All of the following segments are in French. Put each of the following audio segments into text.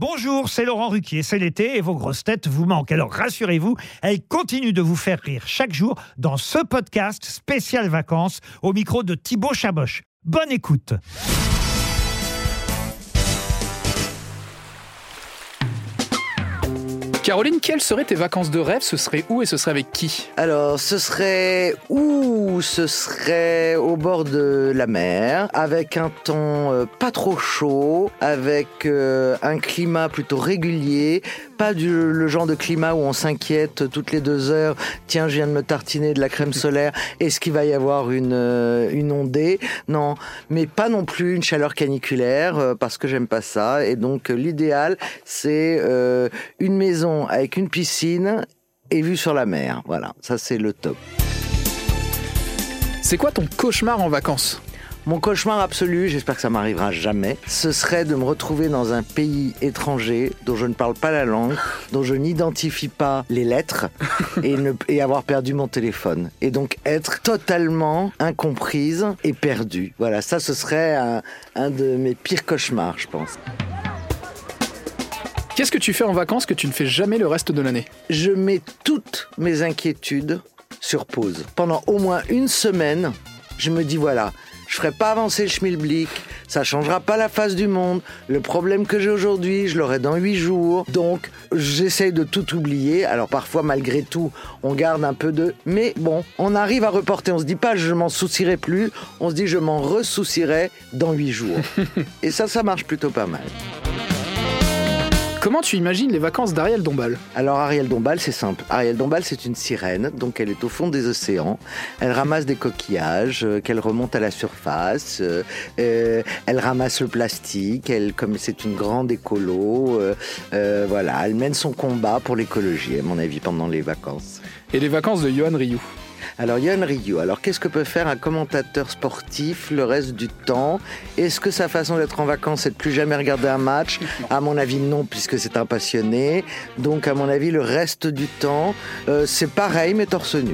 Bonjour, c'est Laurent Ruquier, c'est l'été et vos grosses têtes vous manquent. Alors rassurez-vous, elles continuent de vous faire rire chaque jour dans ce podcast spécial vacances au micro de Thibaut Chaboch. Bonne écoute. Caroline, quelles seraient tes vacances de rêve? Ce serait où et ce serait avec qui? Alors, ce serait au bord de la mer, avec un temps pas trop chaud, avec un climat plutôt régulier, pas le genre de climat où on s'inquiète toutes les 2 heures. Tiens, je viens de me tartiner de la crème solaire. Est-ce qu'il va y avoir une ondée? Non, mais pas non plus une chaleur caniculaire parce que j'aime pas ça. Et donc, l'idéal, c'est une maison avec une piscine et vue sur la mer. Voilà, ça c'est le top. C'est quoi ton cauchemar en vacances? Mon cauchemar absolu, j'espère que ça m'arrivera jamais, ce serait de me retrouver dans un pays étranger dont je ne parle pas la langue, dont je n'identifie pas les lettres et avoir perdu mon téléphone. Et donc être totalement incomprise et perdue. Voilà, ça ce serait un de mes pires cauchemars, je pense. Qu'est-ce que tu fais en vacances que tu ne fais jamais le reste de l'année? Je mets toutes mes inquiétudes sur pause. Pendant au moins une semaine, je me dis voilà, je ferai pas avancer le schmilblick, ça changera pas la face du monde, le problème que j'ai aujourd'hui, je l'aurai dans 8 jours, donc j'essaye de tout oublier. Alors parfois, malgré tout, on garde un peu de... Mais bon, on arrive à reporter, on se dit pas je m'en soucierai plus, on se dit je m'en ressoucierai dans 8 jours. Et ça marche plutôt pas mal. Comment tu imagines les vacances d'Ariel Dombal? Alors Ariel Dombal, c'est simple. Ariel Dombal, c'est une sirène, donc elle est au fond des océans. Elle ramasse des coquillages qu'elle remonte à la surface. Elle ramasse le plastique. Comme c'est une grande écolo, voilà, elle mène son combat pour l'écologie, à mon avis, pendant les vacances. Et les vacances de Yohan Ryu? Alors, Yohan Ryu, qu'est-ce que peut faire un commentateur sportif le reste du temps? Est-ce que sa façon d'être en vacances, c'est de plus jamais regarder un match? À mon avis, non, puisque c'est un passionné. Donc, à mon avis, le reste du temps, c'est pareil, mais torse nu.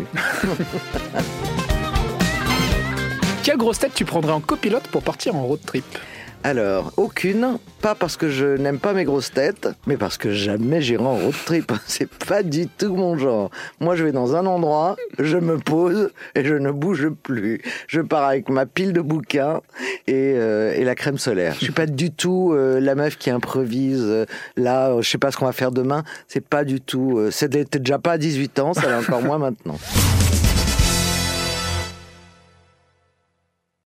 Quelle grosse tête tu prendrais en copilote pour partir en road trip? Alors, aucune, pas parce que je n'aime pas mes grosses têtes, mais parce que jamais j'irai en road trip. C'est pas du tout mon genre. Moi, je vais dans un endroit, je me pose et je ne bouge plus. Je pars avec ma pile de bouquins et la crème solaire. Je suis pas du tout la meuf qui improvise. Là, je sais pas ce qu'on va faire demain. C'est pas du tout... C'était déjà pas à 18 ans, ça l'est encore moins maintenant.